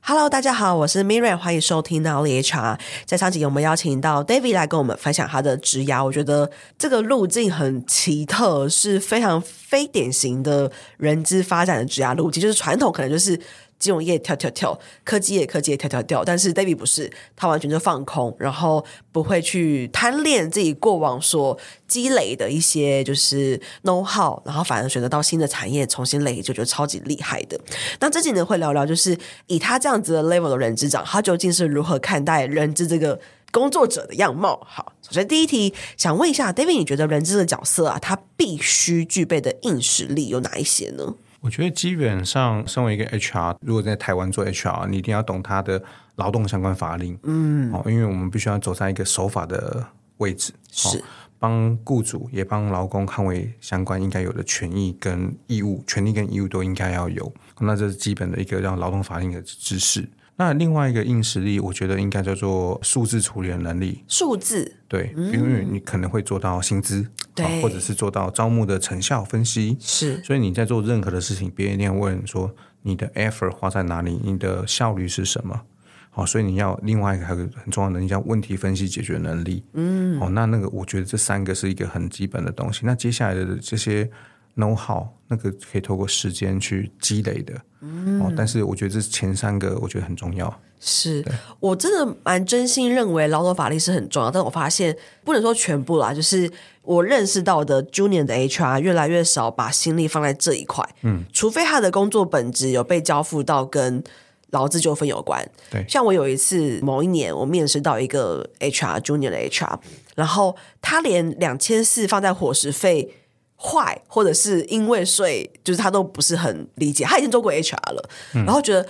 Hello， 大家好，我是 Miriam， 欢迎收听脑力 HR。在上集我们邀请到 David 来跟我们分享他的职涯，我觉得这个路径很奇特，是非常非典型的人资发展的职涯路径，就是传统可能就是金融业跳，科技业跳，但是 David 不是，他完全就放空，然后不会去贪恋自己过往所积累的一些就是 know how， 然后反而选择到新的产业重新累积，就觉得超级厉害的。那这集呢会聊聊，就是以他这样子的 level 的人资长，他究竟是如何看待人资这个工作者的样貌。好，首先第一题想问一下 David， 你觉得人资的角色啊，他必须具备的硬实力有哪一些呢？ 我觉得基本上身为一个 HR， 如果在台湾做 HR， 你一定要懂他的劳动相关法令，因为我们必须要走在一个守法的位置， 是帮雇主也帮劳工捍卫相关应该有的权益跟义务，权利跟义务都应该要有，那这是基本的一个让劳动法令的知识。那另外一个硬实力，我觉得应该叫做数字处理的能力。 数字， 对，因为你可能会做到薪资， 对， 或者是做到招募的成效分析， 是， 所以你在做任何的事情，别人一定要问说你的 effort 花在哪里，你的效率是什么。好，所以你要另外一个还有很重要的能力叫问题分析解决能力。好，那个我觉得这三个是一个很基本的东西。那接下来的这些 know how， 那个可以透过时间去积累的。但是我觉得这前三个我觉得很重要。 是，我真的蛮真心认为劳动法律是很重要，但我发现不能说全部啦，就是我认识到的 Junior 的 HR 越来越少把心力放在这一块，除非他的工作本质有被交付到跟劳资纠纷有关。 对， 像我有一次某一年我面试到一个 HR Junior 的 HR， 然后他连2400放在伙食费坏或者是因为税，就是他都不是很理解，他已经做过 HR 了，然后觉得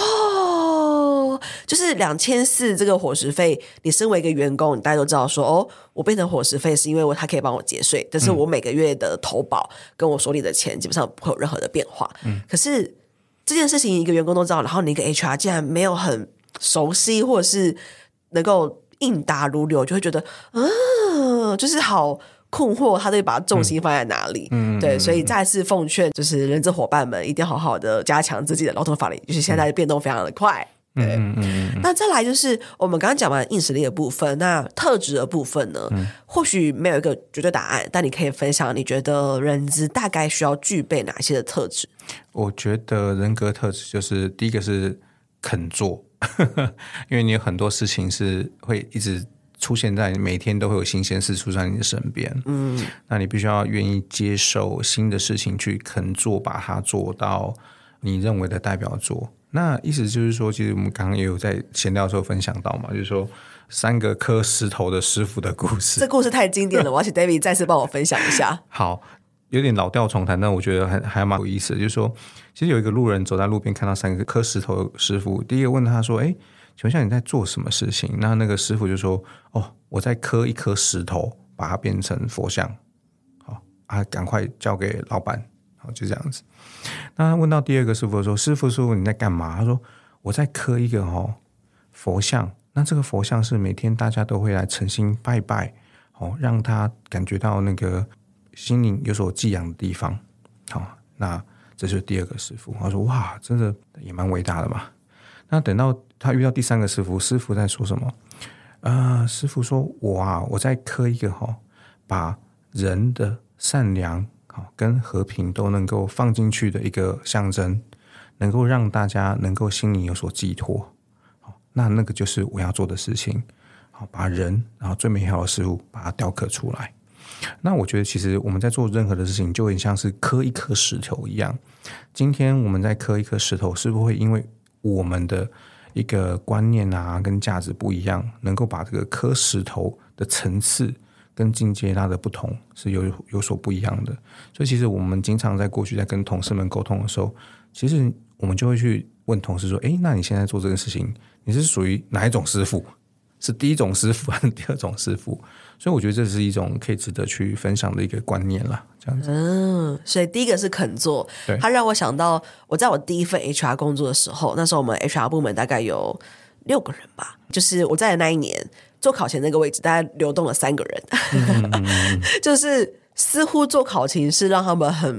就是2400这个伙食费，你身为一个员工，你大家都知道说我变成伙食费是因为他可以帮我节税，但是我每个月的投保跟我手里的钱基本上不会有任何的变化。可是这件事情一个员工都知道，然后你一个 HR 竟然没有很熟悉或者是能够应答如流，就会觉得就是好困惑，他得把重心放在哪里。对，所以再次奉劝就是人资伙伴们一定要好好的加强自己的劳动法律，就是现在的变动非常的快。对，那再来就是我们刚刚讲完硬实力的部分，那特质的部分呢，或许没有一个绝对答案，但你可以分享你觉得人资大概需要具备哪些的特质？ 我觉得人格特质就是第一个是肯做因为你有很多事情是会一直出现在每天都会有新鲜事出在你的身边，那你必须要愿意接受新的事情，去肯做，把它做到你认为的代表作。那意思就是说，其实我们刚刚也有在闲聊的时候分享到嘛，就是说3个磕石头的师傅的故事。 这故事太经典了，我要请 David 再次帮我分享一下。 好，有点老调重弹，但我觉得还蛮有意思的。就是说，其实有一个路人走在路边，看到3个磕石头的师傅，第一个问他说：“请问一下你在做什么事情？”那个师傅就说：“我在磕一颗石头，把它变成佛像。好，赶快交给老板。”好，就这样子。那问到第二个师傅说：“师傅你在干嘛？”他说：“我在刻一个佛像。那这个佛像是每天大家都会来诚心拜拜，让他感觉到那个心灵有所寄养的地方。好，那这就是第二个师傅。他说：哇，真的也蛮伟大的嘛。那等到他遇到第3个师傅，师傅在说什么？师傅说：我在刻一个把人的善良跟和平都能够放进去的一个象征，能够让大家能够心里有所寄托。那个就是我要做的事情，把人然后最美好的事物把它雕刻出来。那我觉得其实我们在做任何的事情就很像是刻一颗石头一样，今天我们在刻一颗石头，是不是会因为我们的一个观念啊跟价值不一样，能够把这个刻石头的层次跟境界它的不同是有所不一样的。所以其实我们经常在过去在跟同事们沟通的时候，其实我们就会去问同事说：那你现在做这个事情，你是属于哪一种师傅？是第一种师傅还是第二种师傅？所以我觉得这是一种可以值得去分享的一个观念啦，这样子。 所以第一个是肯做，他让我想到我在我第一份 HR 工作的时候，那时候我们 HR 部门大概有6个人吧，就是我在的那一年做考前那个位置大概流动了3个人就是似乎做考勤是让他们很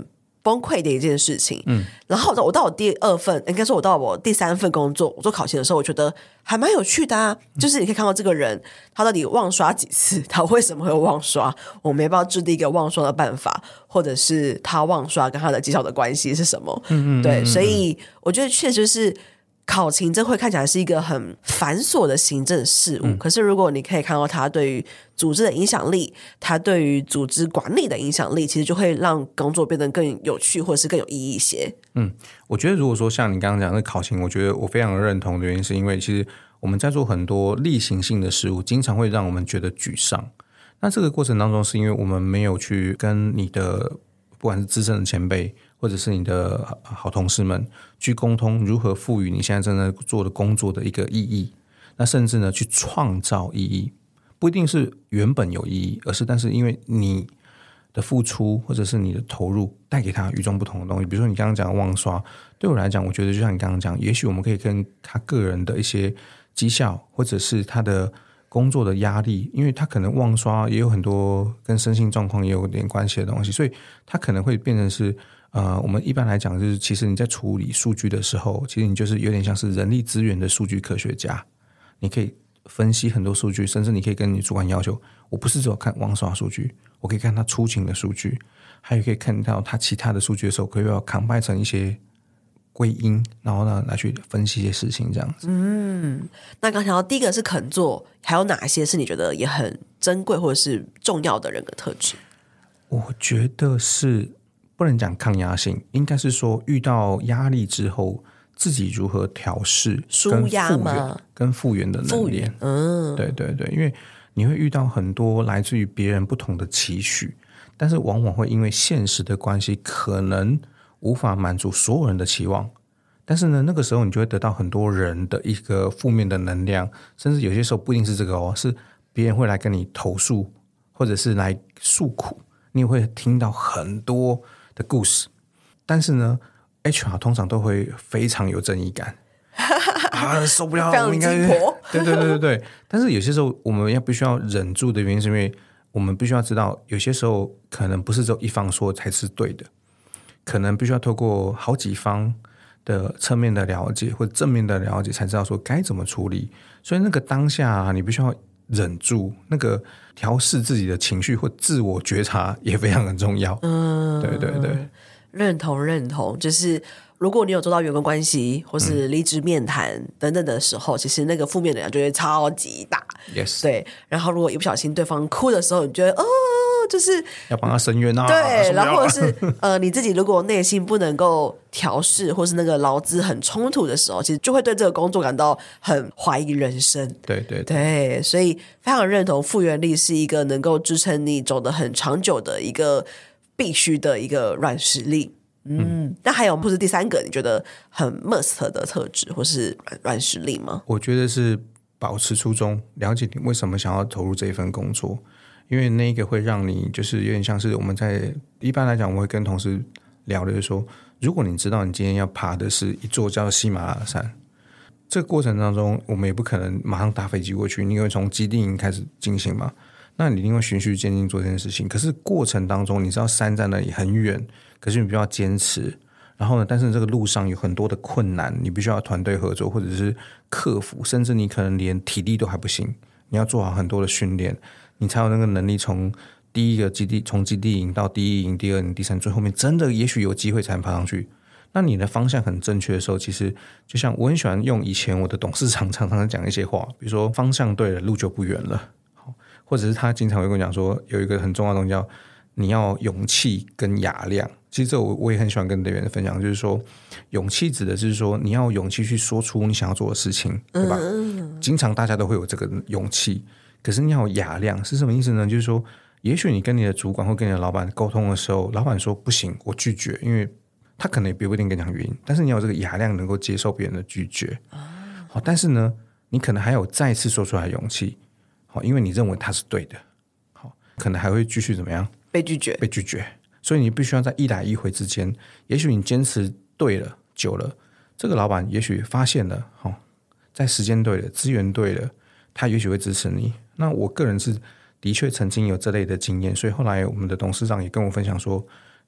崩溃的一件事情。然后我到我第2份，应该说我到我第3份工作，我做考勤的时候，我觉得还蛮有趣的啊。就是你可以看到这个人他到底忘刷几次，他为什么会忘刷，我们要不要制定一个忘刷的办法，或者是他忘刷跟他的绩效的关系是什么。对，所以我觉得确实是考勤这会看起来是一个很繁琐的行政事务，可是如果你可以看到它对于组织的影响力，它对于组织管理的影响力，其实就会让工作变得更有趣或者是更有意义一些。 我觉得如果说像你刚刚讲的考勤，我觉得我非常认同的原因是因为其实我们在做很多例行性的事务，经常会让我们觉得沮丧。那这个过程当中是因为我们没有去跟你的不管是资深的前辈或者是你的好同事们去沟通如何赋予你现在正在做的工作的一个意义，那甚至呢去创造意义，不一定是原本有意义，而是但是因为你的付出或者是你的投入带给他与众不同的东西。比如说你刚刚讲的忘刷，对我来讲我觉得就像你刚刚讲，也许我们可以跟他个人的一些绩效或者是他的工作的压力，因为他可能忘刷也有很多跟身心状况也有点关系的东西，所以他可能会变成是我们一般来讲就是其实你在处理数据的时候，其实你就是有点像是人力资源的数据科学家，你可以分析很多数据，甚至你可以跟你主管要求，我不是只有看忘刷数据，我可以看他出勤的数据，还有可以看到他其他的数据的时候，可以要 combine 成一些归因，然后呢来去分析一些事情这样子。 那刚才到第一个是肯做，还有哪些是你觉得也很珍贵或者是重要的人格特质？ 我觉得是不能讲抗压性，应该是说遇到压力之后自己如何调试舒压吗？ 跟复原的能力。对对对，因为你会遇到很多来自于别人不同的期许，但是往往会因为现实的关系可能无法满足所有人的期望，但是呢那个时候你就会得到很多人的一个负面的能量，甚至有些时候不一定是这个哦，是别人会来跟你投诉或者是来诉苦，你也会听到很多的故事，但是呢 HR 通常都会非常有正义感受不了， 非常我们应该鸡婆对对对对对。但是有些时候我们必须要忍住的原因是因为我们必须要知道，有些时候可能不是只有一方说才是对的，可能必须要透过好几方的侧面的了解或者正面的了解，才知道说该怎么处理。所以那个当下你必须要忍住，那个调试自己的情绪或自我觉察也非常的重要。对对对， 认同，就是如果你有做到员工关系或是离职面谈等等的时候，其实那个负面能量就会超级大。 Yes， 对。然后如果一不小心对方哭的时候，你觉得就是要帮他伸冤啊。 对，然后或者是你自己如果内心不能够调试，或是那个劳资很冲突的时候，其实就会对这个工作感到很怀疑人生。 对对对，所以非常认同复原力是一个能够支撑你走得很长久的一个必须的一个软实力。那还有或是第3个你觉得很 must 的特质或是软实力吗？ 我觉得是保持初衷，了解你为什么想要投入这一份工作，因为那个会让你就是有点像是我们在一般来讲我会跟同事聊的就是说，如果你知道你今天要爬的是一座叫喜马拉雅山，这个过程当中我们也不可能马上搭飞机过去，你会从基地营开始进行嘛，那你一定会循序渐进做这件事情。可是过程当中你知道山在那里很远，可是你必须要坚持，然后呢但是这个路上有很多的困难，你必须要团队合作或者是克服，甚至你可能连体力都还不行，你要做好很多的训练，你才有那个能力从第一个基地，从基地营到第1营、第2营、第3，最后面真的也许有机会才能爬上去。那你的方向很正确的时候，其实就像我很喜欢用以前我的董事长常常讲一些话，比如说方向对了，路就不远了。或者是他经常会跟我讲说，有一个很重要的东西叫你要勇气跟雅量。其实这我也很喜欢跟队员分享，就是说勇气指的是说你要有勇气去说出你想要做的事情，对吧？经常大家都会有这个勇气，可是你要有雅量是什么意思呢？就是说也许你跟你的主管或跟你的老板沟通的时候，老板说不行我拒绝，因为他可能也不一定跟你讲原因，但是你有这个雅量能够接受别人的拒绝。好，但是呢你可能还有再次说出来的勇气，好，因为你认为他是对的，好，可能还会继续怎么样？被拒绝。所以你必须要在一来一回之间，也许你坚持对了久了，这个老板也许发现了，在时间对了，资源对了，他也许会支持你。那我个人是的确曾经有这类的经验，所以后来我们的董事长也跟我分享说，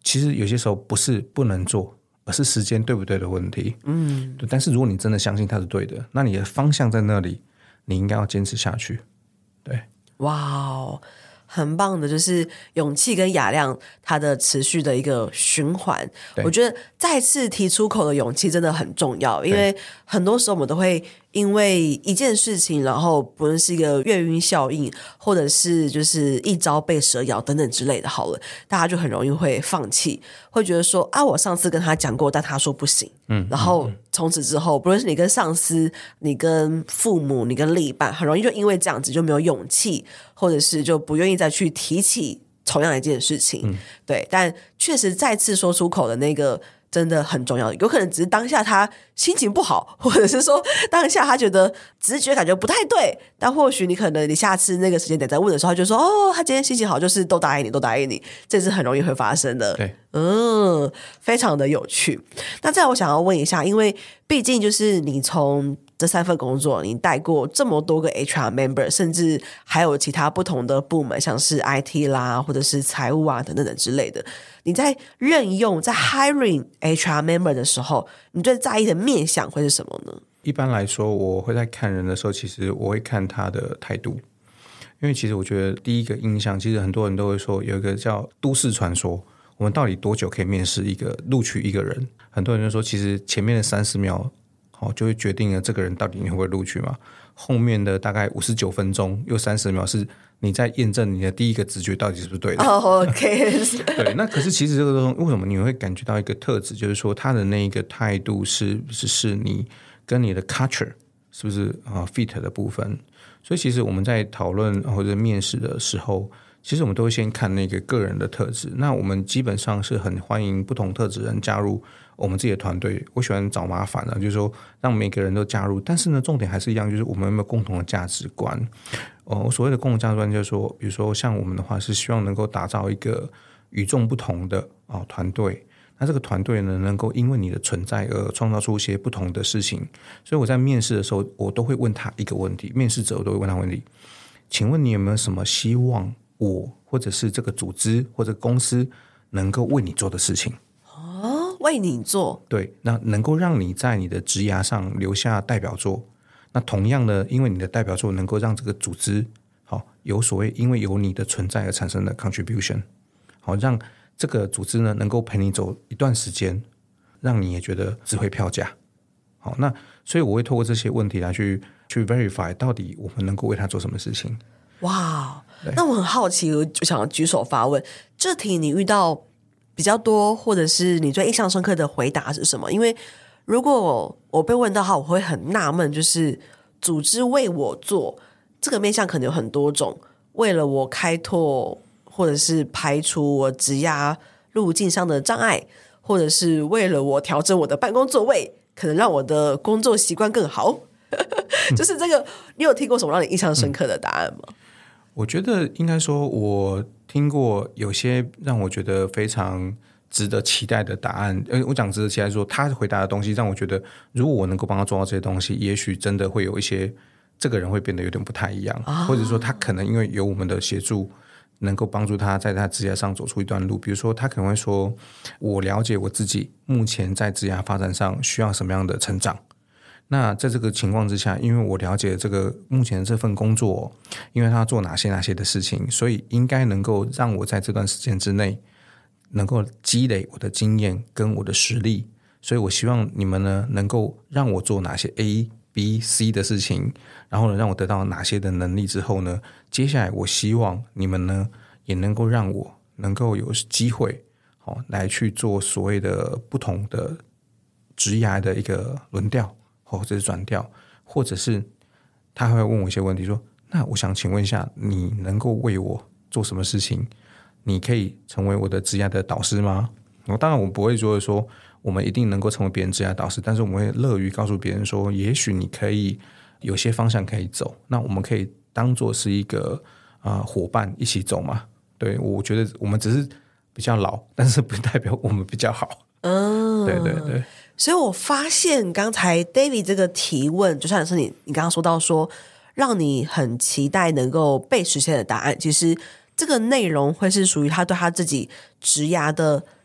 其实有些时候不是不能做，而是时间对不对的问题。对，但是如果你真的相信它是对的，那你的方向在那里，你应该要坚持下去。对， 哇哦，很棒的，就是勇气跟雅量它的持续的一个循环。我觉得再次提出口的勇气真的很重要，因为很多时候我们都会因为一件事情，然后不论是一个月晕效应，或者是就是一朝被蛇咬等等之类的，好了，大家就很容易会放弃，会觉得说啊，我上次跟他讲过，但他说不行，然后从此之后，不论是你跟上司、你跟父母、你跟另一半，很容易就因为这样子就没有勇气，或者是就不愿意再去提起同样一件事情。对，但确实再次说出口的那个真的很重要，有可能只是当下他心情不好，或者是说当下他觉得直觉感觉不太对，但或许你可能你下次那个时间点再问的时候，他就说哦，他今天心情好，就是都答应你，都答应你，这是很容易会发生的。 对， 非常的有趣。那再来我想要问一下，因为毕竟就是你从这3份工作，你带过这么多个 HR member， 甚至还有其他不同的部门，像是 IT 啦，或者是财务啊等等等之类的。你在任用在 hiring HR member 的时候，你最在意的面向会是什么呢？ 一般来说，我会在看人的时候，其实我会看他的态度，因为其实我觉得第一个印象，其实很多人都会说有一个叫都市传说，我们到底多久可以面试录取一个人？很多人就说，其实前面的30秒，就会决定了这个人到底你会不会录取嘛。后面的大概59分钟又30秒是你在验证你的第一个直觉到底是不是对的。 OK 对，那可是其实这个东西为什么你会感觉到一个特质，就是说他的那一个态度是你跟你的 culture 是不是fit 的部分。所以其实我们在讨论或者面试的时候，其实我们都会先看那个个人的特质。那我们基本上是很欢迎不同特质人加入我们自己的团队。我喜欢找麻烦就是说让每个人都加入，但是呢，重点还是一样，就是我们有没有共同的价值观。我所谓的共同价值观就是说，比如说像我们的话是希望能够打造一个与众不同的团队。那这个团队呢，能够因为你的存在而创造出一些不同的事情。所以我在面试的时候，我都会问他一个问题，面试者我都会问他问题，请问你有没有什么希望我或者是这个组织或者公司能够为你做的事情？ 为你做， 对，那能够让你在你的职涯上留下代表作。那同样的，因为你的代表作能够让这个组织有所谓因为有你的存在而产生的 contribution， 让这个组织呢能够陪你走一段时间，让你也觉得值回票价。好，那所以我会透过这些问题来去 verify 到底我们能够为他做什么事情。 哇，那我很好奇，我就想举手发问，这题你遇到比较多，或者是你最印象深刻的回答是什么？因为如果我被问到的话，我会很纳闷，就是组织为我做这个面向可能有很多种，为了我开拓或者是排除我职涯路径上的障碍，或者是为了我调整我的办公座位，可能让我的工作习惯更好。就是这个，你有听过什么让你印象深刻的答案吗？ 我觉得应该说我听过有些让我觉得非常值得期待的答案。我讲值得期待说他回答的东西让我觉得如果我能够帮他做到这些东西，也许真的会有一些这个人会变得有点不太一样，或者说他可能因为有我们的协助能够帮助他在他职业上走出一段路。比如说他可能会说，我了解我自己目前在职业发展上需要什么样的成长，那在这个情况之下，因为我了解这个目前的这份工作，因为他做哪些的事情，所以应该能够让我在这段时间之内能够积累我的经验跟我的实力。所以我希望你们呢能够让我做哪些 A、B、C 的事情，然后呢让我得到哪些的能力之后呢，接下来我希望你们呢也能够让我能够有机会来去做所谓的不同的职涯的一个轮调或者是转调，或者是他会问我一些问题说，那我想请问一下，你能够为我做什么事情？你可以成为我的职涯的导师吗？当然我不会说我们一定能够成为别人职涯导师，但是我们会乐于告诉别人说，也许你可以有些方向可以走，那我们可以当作是一个伙伴一起走嘛。对，我觉得我们只是比较老，但是不代表我们比较好。对对对。 所以我发现刚才 David 这个提问，就像是你刚刚说到说让你很期待能够被实现的答案，其实这个内容会是属于他对他自己职涯的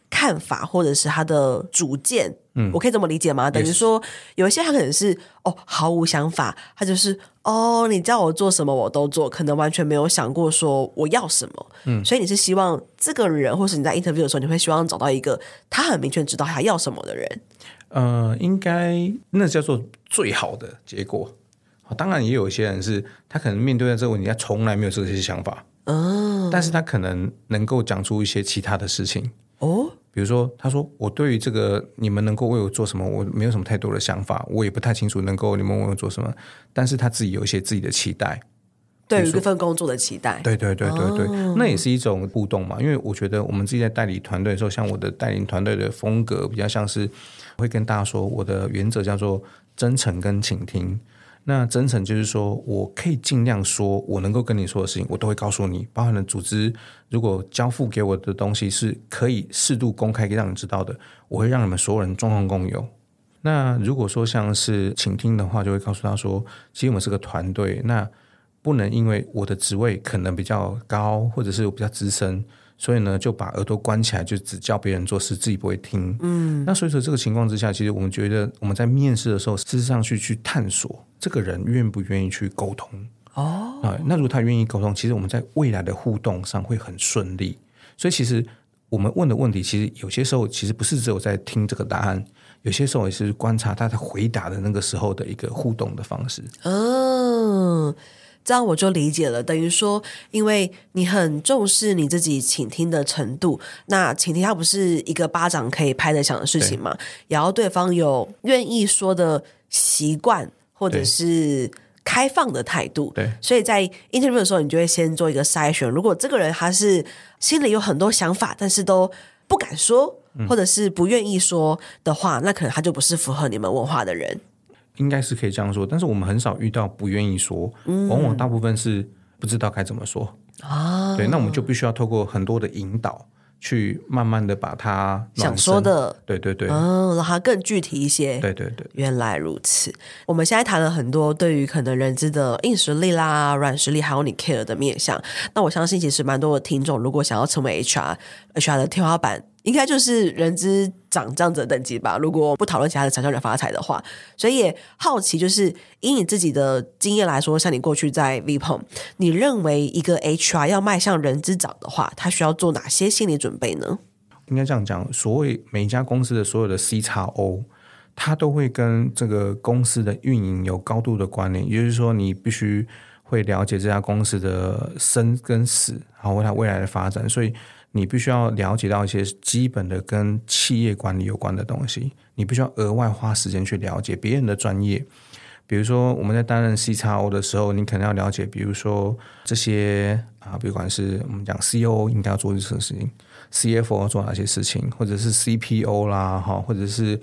看法或者是他的主见，我可以这么理解吗？等于说有一些他可能是毫无想法，他就是你叫我做什么我都做，可能完全没有想过说我要什么。所以你是希望这个人，或是你在 interview 的时候，你会希望找到一个他很明确知道他要什么的人。 应该那叫做最好的结果。当然也有一些人是他可能面对这个问题他从来没有这些想法，但是他可能能够讲出一些其他的事情。比如说他说我对于这个你们能够为我做什么我没有什么太多的想法，我也不太清楚能够你们为我做什么，但是他自己有一些自己的期待， 对于这份工作的期待。 对，那也是一种互动嘛。因为我觉得我们自己在带领团队的时候，像我的带领团队的风格比较像是会跟大家说我的原则叫做真诚跟倾听。那真诚就是说我可以尽量说我能够跟你说的事情我都会告诉你，包含了组织如果交付给我的东西是可以适度公开让你知道的，我会让你们所有人状况共有。那如果说像是倾听的话，就会告诉他说其实我们是个团队，那不能因为我的职位可能比较高或者是我比较资深，所以呢就把耳朵关起来就只教别人做事自己不会听。那所以说这个情况之下，其实我们觉得我们在面试的时候事实上去探索这个人愿不愿意去沟通。那如果他愿意沟通，其实我们在未来的互动上会很顺利。所以其实我们问的问题其实有些时候其实不是只有在听这个答案，有些时候也是观察他在回答的那个时候的一个互动的方式。 这样我就理解了，等于说因为你很重视你自己倾听的程度，那倾听它不是一个巴掌可以拍得响的事情嘛，也要对方有愿意说的习惯或者是开放的态度。 对， 所以在 interview 的时候你就会先做一个筛选，如果这个人他是心里有很多想法但是都不敢说或者是不愿意说的话，那可能他就不是符合你们文化的人。 应该是可以这样说，但是我们很少遇到不愿意说，往往大部分是不知道该怎么说。对，那我们就必须要透过很多的引导去慢慢的把它想说的对让它更具体一些。 对， 原来如此。我们现在谈了很多对于可能人资的硬实力啦、软实力还有你 care 的面向，那我相信其实蛮多的听众如果想要成为 HR 的天花板应该就是人资长这样子的等级吧，如果不讨论其他的产销人发财的话。所以也好奇就是以你自己的经验来说，像你过去在 VPOM， 你认为一个 HR 要迈向人资长的话，他需要做哪些心理准备呢？ 应该这样讲，所谓每一家公司的所有的 CXO 它都会跟这个公司的运营有高度的关联，也就是说你必须会了解这家公司的生跟死，然后它未来的发展，所以你必须要了解到一些基本的跟企业管理有关的东西，你必须要额外花时间去了解别人的专业。比如说我们在担任 CXO 的时候，你可能要了解比如说这些不管是我们讲 COO 应该要做这些事情， CFO 要做哪些事情，或者是 CPO 啦，或者是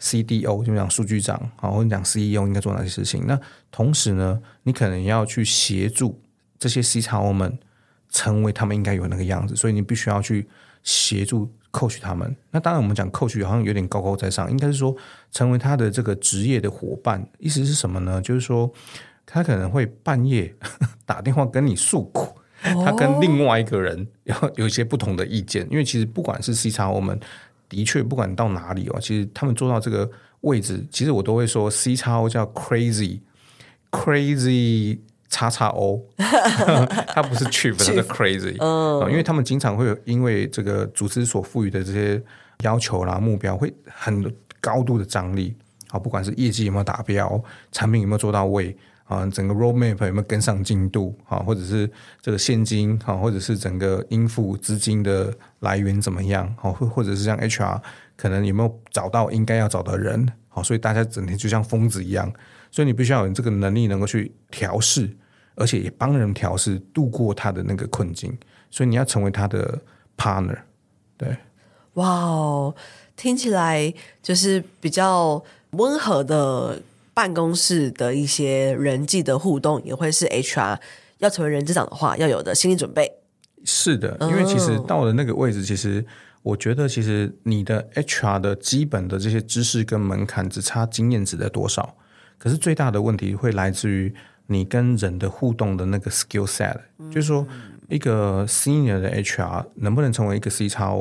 CDO 就讲数据长，或者讲 CEO 应该做哪些事情。那同时呢，你可能要去协助这些 CXO 们成为他们应该有那个样子，所以你必须要去协助 coach 他们。那当然我们讲 coach 好像有点高高在上，应该是说成为他的这个职业的伙伴。意思是什么呢？就是说他可能会半夜打电话跟你诉苦，他跟另外一个人有一些不同的意见。因为其实不管是 CXO 们的确不管到哪里其实他们做到这个位置，其实我都会说 CXO 叫 crazy XXO 它不是 chief 它是 crazy 因为他们经常会有因为这个组织所赋予的这些要求啦目标会很高度的张力不管是业绩有没有达标，产品有没有做到位整个 roadmap 有没有跟上进度或者是这个现金或者是整个应付资金的来源怎么样或者是像 HR 可能有没有找到应该要找的人所以大家整天就像疯子一样，所以你必须要有这个能力能够去调试，而且也帮人调试度过他的那个困境，所以你要成为他的 partner。 对， 哇哦，听起来就是比较温和的办公室的一些人际的互动，也会是 HR 要成为人资长的话要有的心理准备。 是的，因为其实到了那个位置，其实我觉得其实你的 HR 的基本的这些知识跟门槛只差经验值的多少，可是最大的问题会来自于你跟人的互动的那个 skill set，就是说一个 senior 的 HR 能不能成为一个 CXO，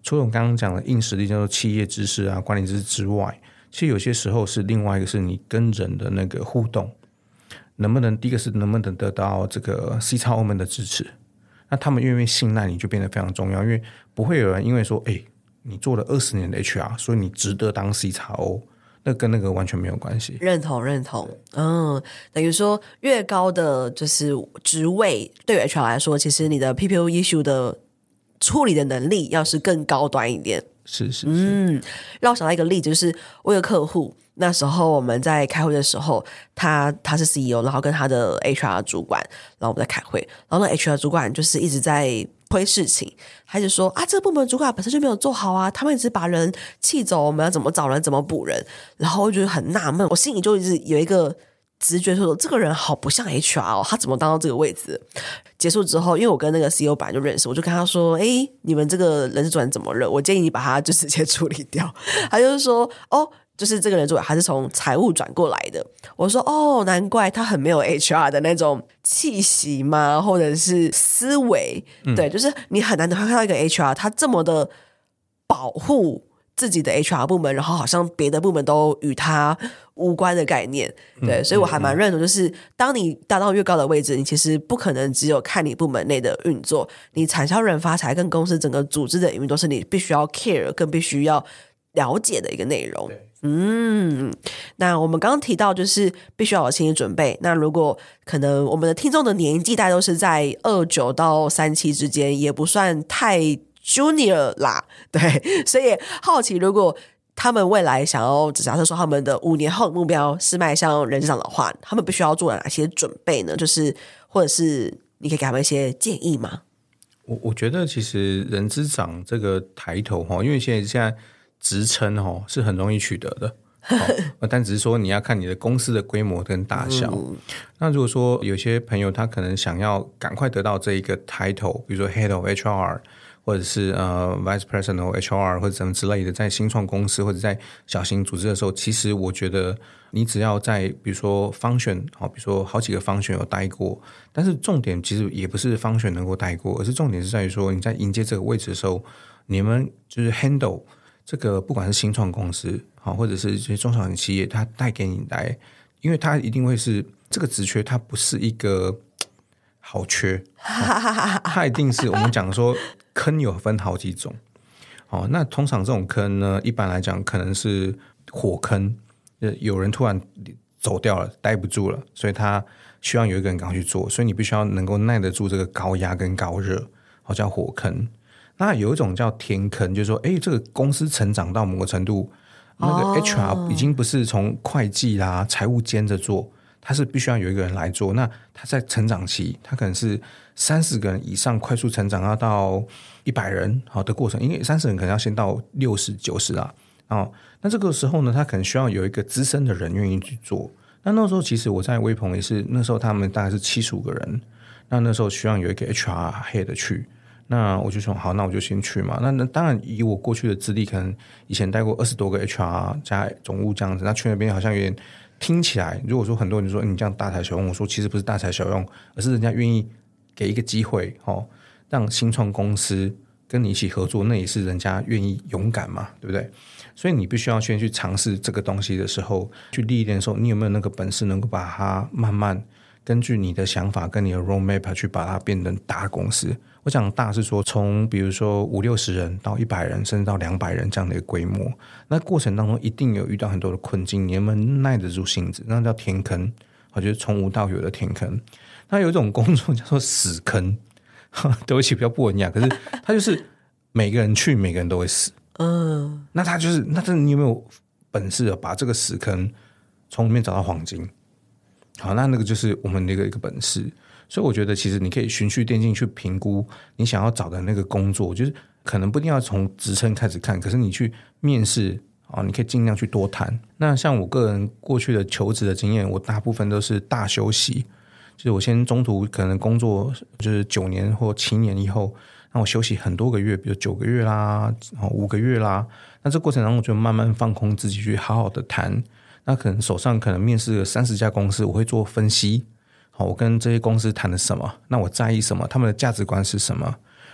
除了我们刚刚讲的硬实力叫做企业知识啊、管理知识之外，其实有些时候是另外一个是你跟人的那个互动，第一个是能不能得到这个 CXO 们的支持，那他们愿意信赖你就变得非常重要，因为不会有人因为说你做了20年的 HR 所以你值得当 CXO， 那跟那个完全没有关系。 认同。等于说越高的就是职位对于 HR 来说，其实你的 PPO issue 的处理的能力要是更高端一点。 是让我想到一个例子，就是我有个客户，那时候我们在开会的时候，他是 CEO， 然后跟他的 HR 主管，然后我们在开会，然后那 HR 主管就是一直在推事情，他就说这个部门主管本身就没有做好啊，他们一直把人气走，我们要怎么找人怎么补人，然后我就觉得很纳闷，我心里就一直有一个直觉说这个人好不像 HR 哦，他怎么当到这个位置？结束之后，因为我跟那个 CEO 本来就认识，我就跟他说你们这个人事主管怎么了？我建议你把他就直接处理掉。他就是说就是这个人主管他是从财务转过来的。我说难怪他很没有 HR 的那种气息嘛，或者是思维。对，就是你很难得看到一个 HR 他这么的保护自己的 HR 部门，然后好像别的部门都与他无关的概念。对，所以我还蛮认同，就是当你达到越高的位置，你其实不可能只有看你部门内的运作，你产销人发财跟公司整个组织的营运都是你必须要 care 更必须要了解的一个内容。那我们刚刚提到就是必须要有心理准备，那如果可能我们的听众的年纪大概都是在29到37之间，也不算太Junior 啦，对，所以好奇如果他们未来想要假设说他们的5年后的目标是迈向人事长的话，他们必须要做哪些准备呢？就是或者是你可以给他们一些建议吗？ 我觉得其实人资长这个抬头因为现在职称是很容易取得的但只是说你要看你的公司的规模跟大小。那如果说有些朋友他可能想要赶快得到这一个title，比如说 Head of HR或者是Vice President of HR 或者什么之类的，在新创公司或者在小型组织的时候，其实我觉得你只要在比如说function比如说好几个function有待过，但是重点其实也不是function能够待过，而是重点是在于说你在迎接这个位置的时候，你们就是 handle 这个不管是新创公司或者是这些中小型企业，它带给你来，因为它一定会是这个职缺，它不是一个好缺它一定是我们讲说坑有分好几种那通常这种坑呢，一般来讲可能是火坑，有人突然走掉了，待不住了，所以他需要有一个人赶快去做，所以你必须要能够耐得住这个高压跟高热叫火坑。那有一种叫天坑，就是说这个公司成长到某个程度，那个 HR 已经不是从会计啦财务兼着做，他是必须要有一个人来做。那他在成长期，他可能是30个人以上快速成长要到100人的过程，因为30人可能要先到60、90啦那这个时候呢，他可能需要有一个资深的人愿意去做。那时候其实我在微朋也是，那时候他们大概是75个人，那时候需要有一个 HR head 去。那我就说好，那我就先去嘛。那当然以我过去的资历，可能以前带过20多个 HR 加总务这样子，那去那边好像有点听起来，如果说很多人说你这样大材小用，我说其实不是大材小用，而是人家愿意给一个机会让新创公司跟你一起合作，那也是人家愿意勇敢嘛，对不对？所以你必须要先去尝试这个东西的时候，去历练的时候，你有没有那个本事能够把它慢慢根据你的想法跟你的 roadmap 去把它变成大公司。我讲大是说从比如说50-60人到100人甚至到200人这样的一个规模，那过程当中一定有遇到很多的困境，你有没有耐得住性子，那叫天坑，我觉得从无到有的天坑。那有一种工作叫做死坑对不起比较不文雅，可是他就是每个人去每个人都会死那他就是那你有没有本事把这个死坑从里面找到黄金？好，那个就是我们的一个本事。所以我觉得其实你可以循序渐进去评估你想要找的那个工作，就是可能不一定要从职称开始看，可是你去面试你可以尽量去多谈。那像我个人过去的求职的经验，我大部分都是大休息，就是我先中途可能工作就是9年或7年以后，那我休息很多个月，比如9个月啦5个月啦，那这过程当中我就慢慢放空自己去好好的谈。那可能手上可能面试了30家公司，我会做分析我跟这些公司谈了什么，那我在意什么，他们的价值观是什么，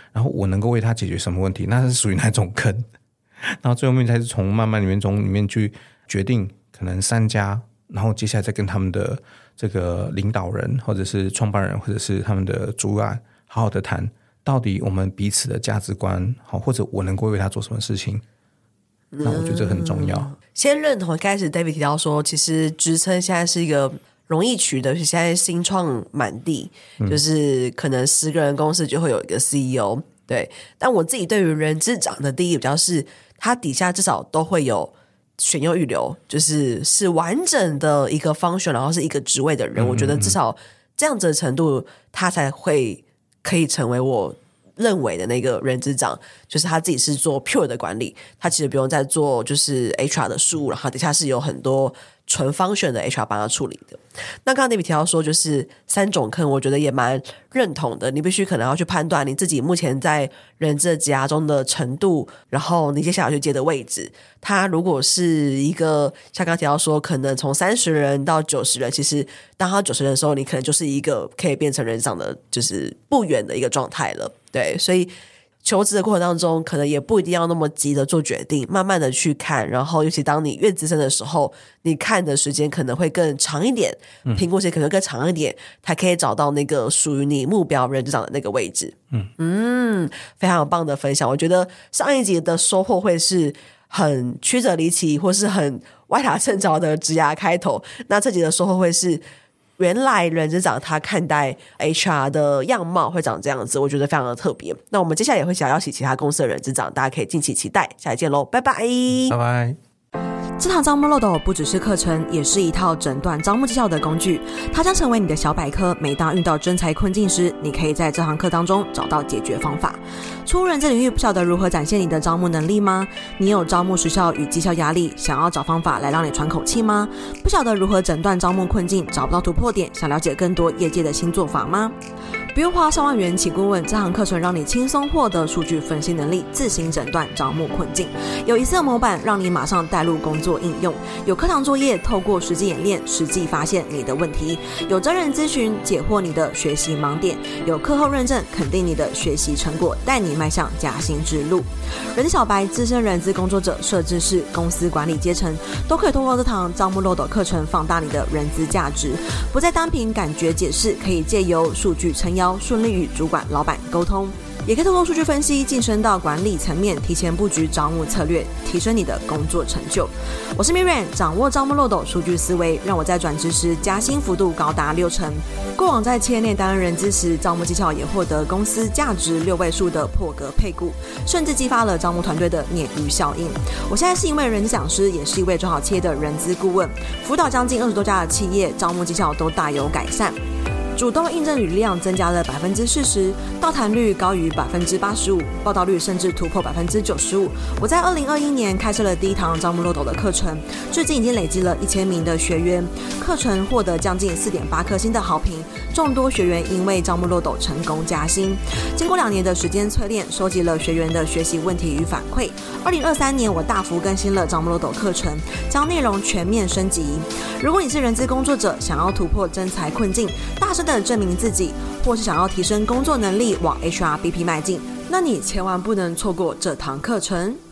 然后我能够为他解决什么问题，那是属于哪种坑？然后最后面才是从慢慢从里面去决定可能3家，然后接下来再跟他们的这个领导人或者是创办人或者是他们的主管好好的谈，到底我们彼此的价值观，或者我能够为他做什么事情。那我觉得这很重要。 先认同一开始 David 提到说，其实职称现在是一个容易取得，现在新创满地，就是可能10个人公司就会有一个 CEO。对，但我自己对于人资长的第一比较是，他底下至少都会有选优预留，是完整的一个 function， 然后是一个职位的人。我觉得至少这样子的程度，他才会可以成为我认为的那个人资长，就是他自己是做 pure 的管理，他其实不用再做就是 HR 的事务，然后底下是有很多纯function的 HR 帮他处理的。那刚刚 David 提到说就是3种坑，我觉得也蛮认同的。你必须可能要去判断你自己目前在人资的职涯中的程度，然后你接下来去接的位置，他如果是一个像刚刚提到说可能从30人到90人，其实当他90人的时候，你可能就是一个可以变成人资长的就是不远的一个状态了。对，所以求职的过程当中可能也不一定要那么急的做决定，慢慢的去看，然后尤其当你越资深的时候，你看的时间可能会更长一点，评估时间可能更长一点，才可以找到那个属于你目标人资长的那个位置。非常棒的分享。我觉得上一集的收获会是很曲折离奇或是很歪打正着的职涯开头，那这集的收获会是原来人资长他看待 HR 的样貌会长这样子，我觉得非常的特别。那我们接下来也会想邀请其他公司的人资长，大家可以敬请期待。下期见咯，拜拜， 拜拜。 这堂招募漏斗不只是课程，也是一套诊断招募绩效的工具，它将成为你的小百科。每当遇到真才困境时，你可以在这堂课当中找到解决方法。初入人资领域，不晓得如何展现你的招募能力吗？你有招募时效与绩效压力，想要找方法来让你喘口气吗？不晓得如何诊断招募困境，找不到突破点，想了解更多业界的新做法吗？不用花上万元请顾问，这堂课程让你轻松获得数据分析能力，自行诊断招募困境。有一次的模板让你马上带入工作应用，有课堂作业，透过实际演练，实际发现你的问题，有真人咨询解惑你的学习盲点，有课后认证肯定你的学习成果，带你迈向加薪之路。人资小白、资深人资工作者、设置师、公司管理阶层，都可以透过这堂招募漏斗课程放大你的人资价值，不再单凭感觉解释，可以借由数据撑腰，顺利与主管、老板沟通，也可以透过数据分析晋升到管理层面，提前布局招募策略，提升你的工作成就。我是 Miriam， 掌握招募漏斗数据思维，让我在转职时加薪幅度高达60%。过往在企业内担任人资时，招募绩效也获得公司价值6位数的破格配股，甚至激发了招募团队的鲶鱼效应。我现在是一位人资讲师，也是一位中小企业的人资顾问，辅导将近20多家的企业，招募绩效都大有改善。主动应征履历量增加了40%，到谈率高于85%，报到率甚至突破95%。我在2021年开设了第一堂招募漏斗的课程，至今已经累积了1000名的学员，课程获得将近4.8颗星的好评，众多学员因为招募漏斗成功加薪。经过2年的时间淬炼，收集了学员的学习问题与反馈。2023年我大幅更新了招募漏斗课程，将内容全面升级。如果你是人资工作者，想要突破真才困境，大声的证明自己，或是想要提升工作能力往 HRBP 迈进，那你千万不能错过这堂课程。